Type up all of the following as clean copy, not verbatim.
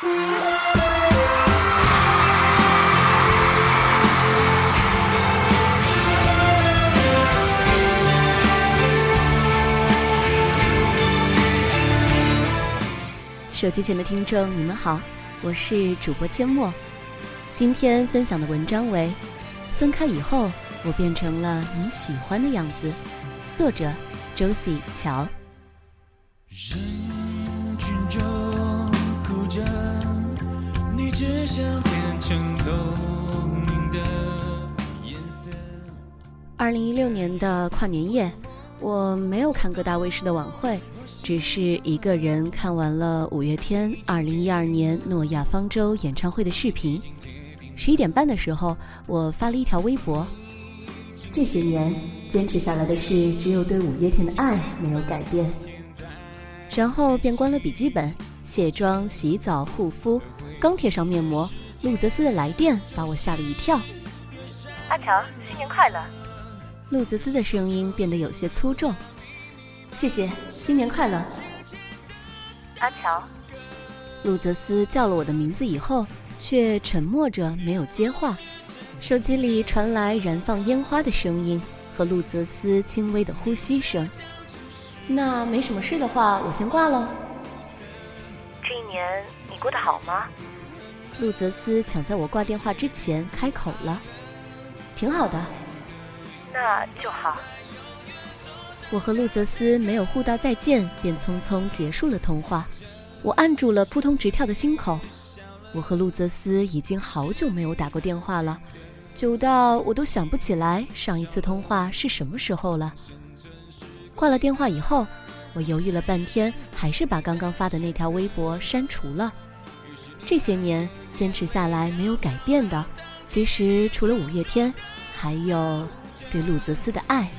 手机前的听众你们好，我是主播阡陌。今天分享的文章为分开以后我变成了你喜欢的样子，作者周喜乔。 人群中哭着，你只想变成透明的颜色。 2016年的跨年夜，我没有看各大卫视的晚会，只是一个人看完了五月天2012年诺亚方舟演唱会的视频。11点半的时候，我发了一条微博，这些年坚持下来的事只有对五月天的爱没有改变。然后便关了笔记本，卸妆洗澡护肤，刚贴上面膜，陆泽斯的来电把我吓了一跳。 阿乔，新年快乐。 陆泽斯的声音变得有些粗重。谢谢，新年快乐。 阿乔。 陆泽斯叫了我的名字以后，却沉默着没有接话。手机里传来燃放烟花的声音和陆泽斯轻微的呼吸声。那没什么事的话，我先挂了。 这一年你过得好吗？ 陆泽斯抢在我挂电话之前开口了。挺好的。 那就好。 我和陆泽斯没有互道再见，便匆匆结束了通话。我按住了扑通直跳的心口。我和陆泽斯已经好久没有打过电话了，久到我都想不起来上一次通话是什么时候了。挂了电话以后，我犹豫了半天，还是把刚刚发的那条微博删除了。这些年坚持下来没有改变的，其实除了五月天，还有对陆泽斯的爱。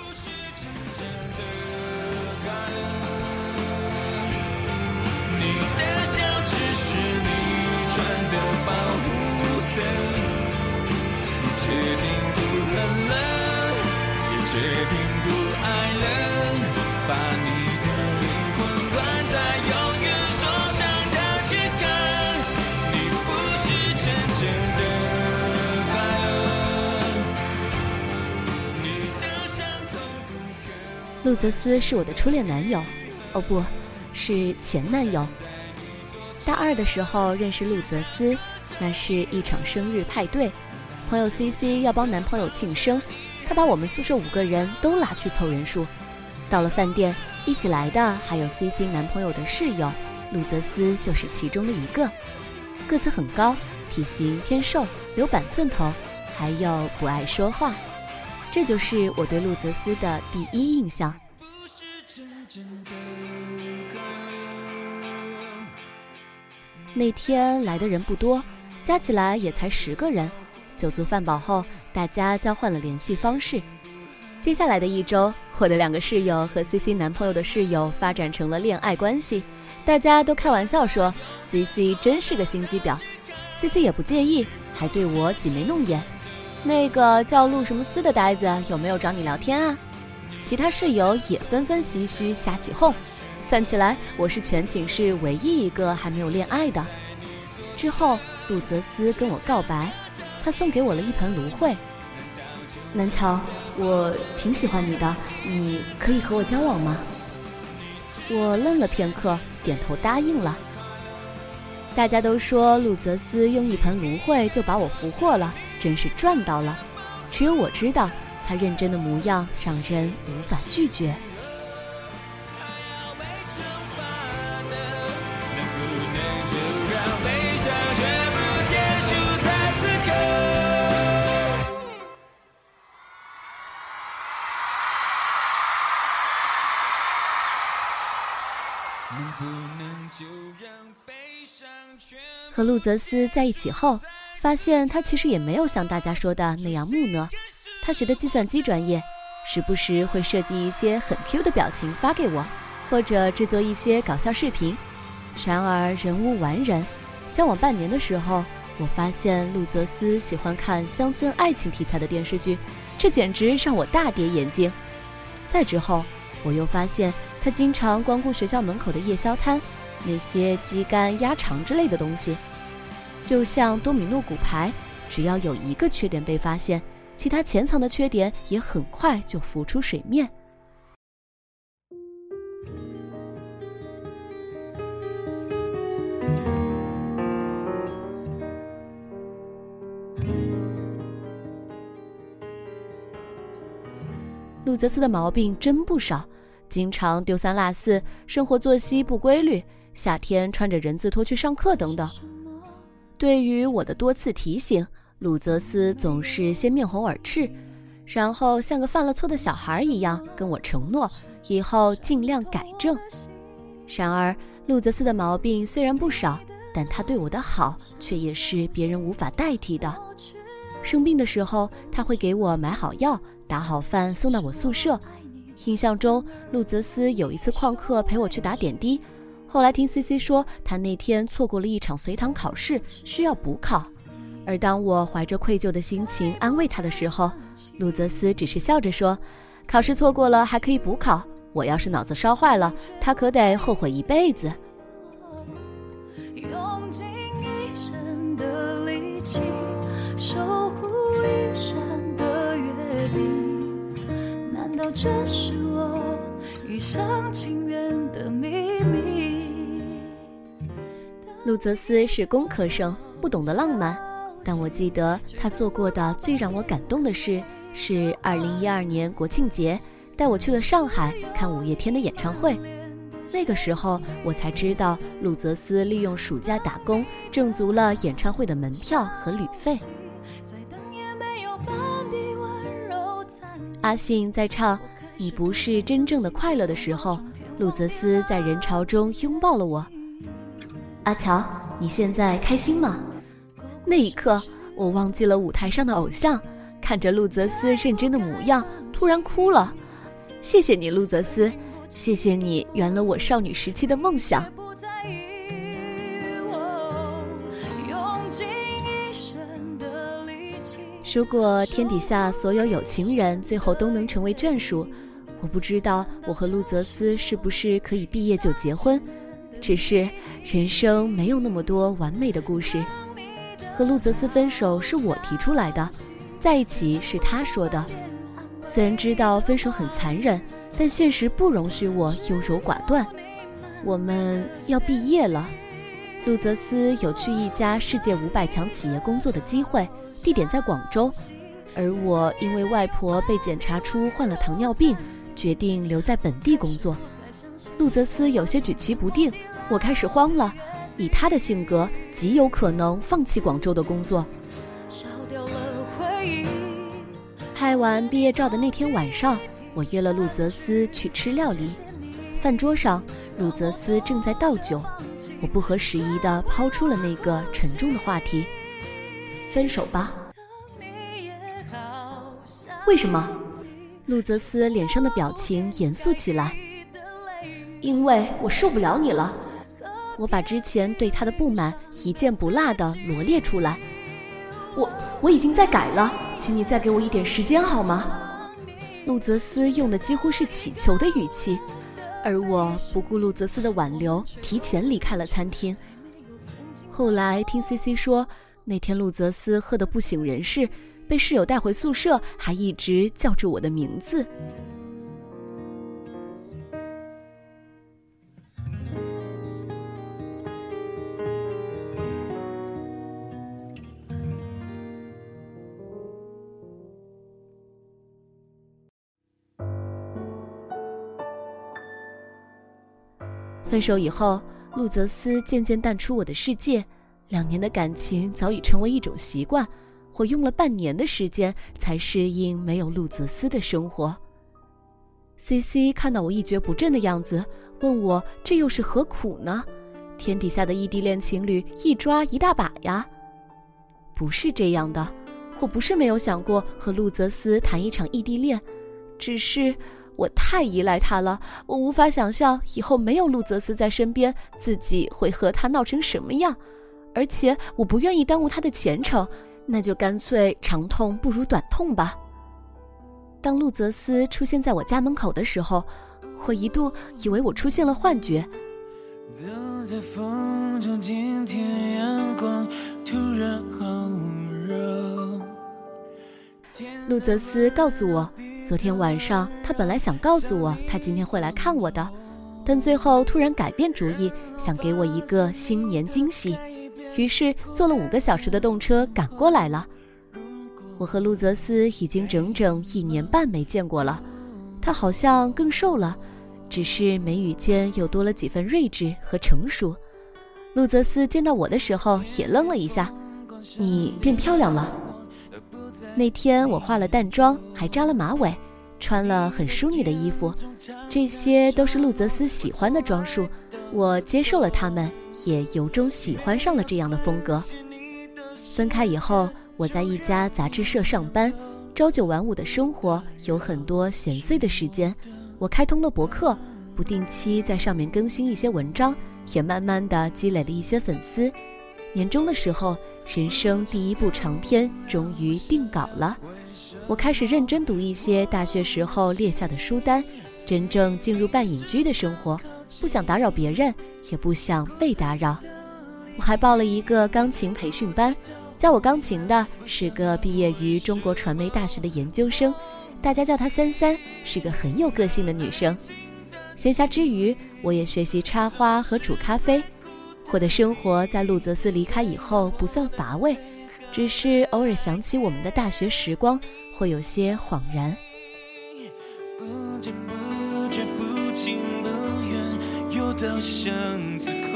陆泽斯是我的初恋男友，哦不，是前男友。大二的时候认识陆泽斯，那是一场生日派对，朋友 CC 要帮男朋友庆生，他把我们宿舍5个人都拉去凑人数。到了饭店，一起来的还有 CC 男朋友的室友，陆泽斯就是其中的一个。个子很高，体型偏瘦，留板寸头，还有不爱说话。这就是我对陆泽斯的第一印象。那天来的人不多，加起来也才10个人。酒足饭饱后，大家交换了联系方式。接下来的1周，我的2个室友和 CC 男朋友的室友发展成了恋爱关系。大家都开玩笑说 CC 真是个心机婊， CC 也不介意，还对我挤眉弄眼。那个叫陆什么斯的呆子有没有找你聊天啊？其他室友也纷纷唏嘘瞎起哄。算起来，我是全寝室唯一一个还没有恋爱的。之后，陆泽斯跟我告白，他送给我了一盆芦荟。南乔，我挺喜欢你的，你可以和我交往吗？我愣了片刻，点头答应了。大家都说陆泽斯用一盆芦荟就把我俘获了，真是赚到了。只有我知道，他认真的模样让人无法拒绝。和陆泽斯在一起后，发现他其实也没有像大家说的那样木讷。他学的计算机专业，时不时会设计一些很 Q 的表情发给我，或者制作一些搞笑视频。然而人无完人，交往半年的时候，我发现陆泽斯喜欢看乡村爱情题材的电视剧，这简直让我大跌眼镜。再之后，我又发现他经常光顾学校门口的夜宵摊， 那些鸡肝、鸭肠之类的东西。就像多米诺骨牌，只要有一个缺点被发现，其他潜藏的缺点也很快就浮出水面。路泽斯的毛病真不少，经常丢三落四，生活作息不规律，夏天穿着人字拖去上课等等。对于我的多次提醒，路泽斯总是先面红耳赤，然后像个犯了错的小孩一样跟我承诺以后尽量改正。然而路泽斯的毛病虽然不少，但他对我的好却也是别人无法代替的。生病的时候，他会给我买好药，打好饭送到我宿舍。印象中路泽斯有一次旷课陪我去打点滴，后来听 CC 说他那天错过了一场随堂考试，需要补考。而当我怀着愧疚的心情安慰他的时候，路泽斯只是笑着说，考试错过了还可以补考，我要是脑子烧坏了，他可得后悔一辈子。 用尽一生的力气守护一生的约定，难道这是我一厢情愿的秘密？ 路泽斯是工科生，不懂得浪漫，但我记得他做过的最让我感动的事是2012年国庆节带我去了上海看5月天的演唱会。那个时候我才知道路泽斯利用暑假打工挣足了演唱会的门票和旅费。阿信在唱你不是真正的快乐的时候，路泽斯在人潮中拥抱了我。阿乔，你现在开心吗？那一刻我忘记了舞台上的偶像，看着路泽斯认真的模样突然哭了。谢谢你路泽斯，谢谢你圆了我少女时期的梦想。如果天底下所有有情人最后都能成为眷属，我不知道我和路泽斯是不是可以毕业就结婚，只是人生没有那么多完美的故事。和路泽斯分手是我提出来的，在一起是他说的。虽然知道分手很残忍，但现实不容许我优柔寡断。我们要毕业了，路泽斯有去一家世界500强企业工作的机会，地点在广州，而我因为外婆被检查出患了糖尿病，决定留在本地工作。路泽斯有些举棋不定，我开始慌了，以他的性格极有可能放弃广州的工作。拍完毕业照的那天晚上，我约了路泽斯去吃料理。饭桌上，路泽斯正在倒酒，我不合时宜地抛出了那个沉重的话题：分手吧。为什么？路泽斯脸上的表情严肃起来。因为我受不了你了。我把之前对他的不满一件不落地罗列出来。我已经在改了，请你再给我一点时间好吗？路泽斯用的几乎是乞求的语气，而我不顾路泽斯的挽留，提前离开了餐厅。后来听 CC 说，那天路泽斯喝得不省人事，被室友带回宿舍，还一直叫着我的名字。分手以后，路泽斯渐渐淡出我的世界，2年的感情早已成为一种习惯，我用了半年的时间才适应没有路泽斯的生活。CC 看到我一蹶不振的样子，问我这又是何苦呢？天底下的异地恋情侣一抓一大把呀。不是这样的，我不是没有想过和路泽斯谈一场异地恋，只是我太依赖他了，我无法想象以后没有路泽斯在身边，自己会和他闹成什么样。而且我不愿意耽误他的前程，那就干脆长痛不如短痛吧。当路泽斯出现在我家门口的时候，我一度以为我出现了幻觉。 走在风中，今天阳光突然好热。 陆泽斯告诉我，昨天晚上他本来想告诉我他今天会来看我的，但最后突然改变主意，想给我一个新年惊喜，于是坐了5个小时的动车赶过来了。我和陆泽斯已经整整1年半没见过了，他好像更瘦了，只是眉宇间又多了几分睿智和成熟。陆泽斯见到我的时候也愣了一下，你变漂亮了。那天我化了淡妆，还扎了马尾，穿了很淑女的衣服，这些都是陆泽斯喜欢的装束，我接受了他们，也由衷喜欢上了这样的风格。分开以后，我在一家杂志社上班，朝9晚5的生活，有很多闲碎的时间。我开通了博客，不定期在上面更新一些文章，也慢慢地积累了一些粉丝。年终的时候，人生第1部长篇终于定稿了。我开始认真读一些大学时候列下的书单，真正进入半隐居的生活，不想打扰别人，也不想被打扰。我还报了一个钢琴培训班，教我钢琴的是个毕业于中国传媒大学的研究生，大家叫她33，是个很有个性的女生。闲暇之余，我也学习插花和煮咖啡。我的生活在陆泽斯离开以后不算乏味，只是偶尔想起我们的大学时光，会有些恍然。 不知不觉，不近不远，又到巷子口。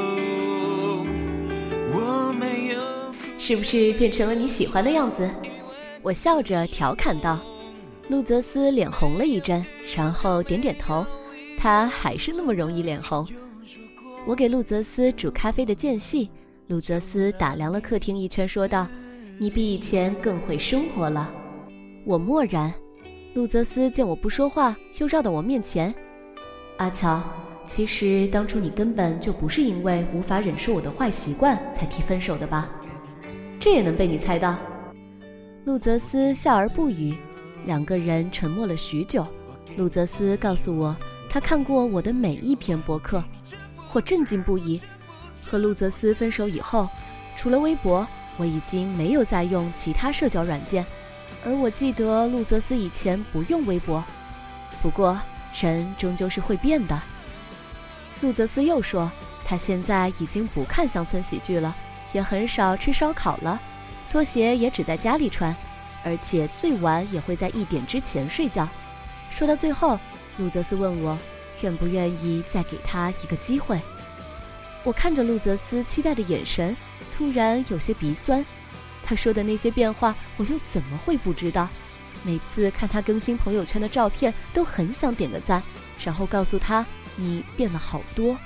我没有， 是不是变成了你喜欢的样子？我笑着调侃道。陆泽斯脸红了一阵，然后点点头，他还是那么容易脸红。我给陆泽斯煮咖啡的间隙，陆泽斯打量了客厅一圈，说道：你比以前更会生活了。我默然。陆泽斯见我不说话，又绕到我面前：阿乔，其实当初你根本就不是因为无法忍受我的坏习惯才提分手的吧？这也能被你猜到。陆泽斯笑而不语，两个人沉默了许久。陆泽斯告诉我，他看过我的每一篇博客。我震惊不已。和陆泽斯分手以后，除了微博，我已经没有再用其他社交软件，而我记得陆泽斯以前不用微博。不过人终究是会变的。陆泽斯又说，他现在已经不看乡村喜剧了，也很少吃烧烤了，拖鞋也只在家里穿，而且最晚也会在1点之前睡觉。说到最后，陆泽斯问我愿不愿意再给他一个机会。我看着陆泽斯期待的眼神，突然有些鼻酸。他说的那些变化，我又怎么会不知道？每次看他更新朋友圈的照片，都很想点个赞，然后告诉他，你变了好多。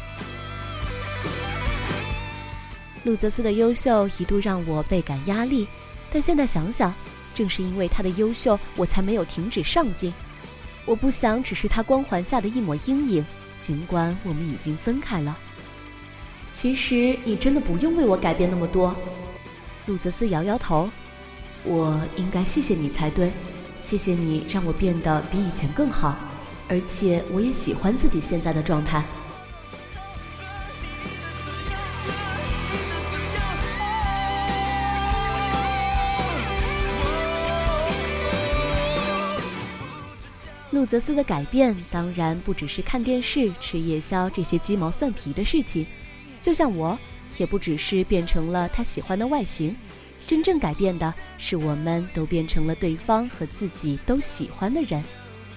陆泽斯的优秀一度让我倍感压力，但现在想想，正是因为他的优秀，我才没有停止上进。我不想只是他光环下的一抹阴影，尽管我们已经分开了。其实你真的不用为我改变那么多。陆泽斯摇摇头，我应该谢谢你才对，谢谢你让我变得比以前更好，而且我也喜欢自己现在的状态。陆泽斯的改变当然不只是看电视、吃夜宵这些鸡毛蒜皮的事情，就像我，也不只是变成了他喜欢的外形，真正改变的是我们都变成了对方和自己都喜欢的人。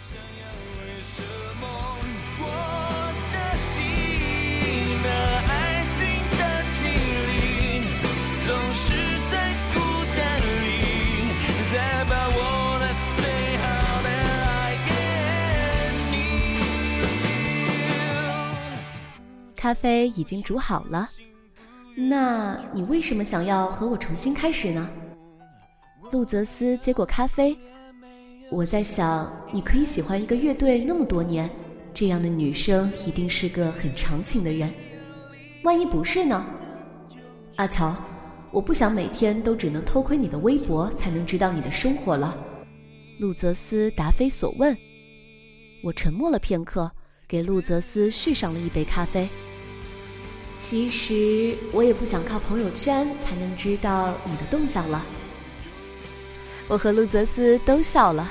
咖啡已经煮好了，那你为什么想要和我重新开始呢？陆泽斯接过咖啡，我在想，你可以喜欢一个乐队那么多年，这样的女生一定是个很长情的人。万一不是呢？阿乔，我不想每天都只能偷窥你的微博才能知道你的生活了。陆泽斯答非所问。我沉默了片刻，给陆泽斯续上了一杯咖啡。 其实我也不想靠朋友圈才能知道你的动向了。我和路泽斯都笑了。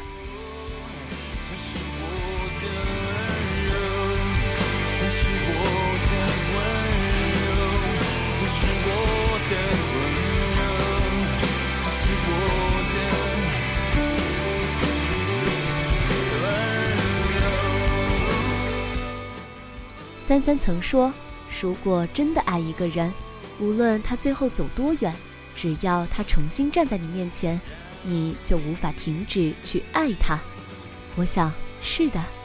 三三曾说，如果真的爱一个人，无论他最后走多远，只要他重新站在你面前，你就无法停止去爱他。我想，是的。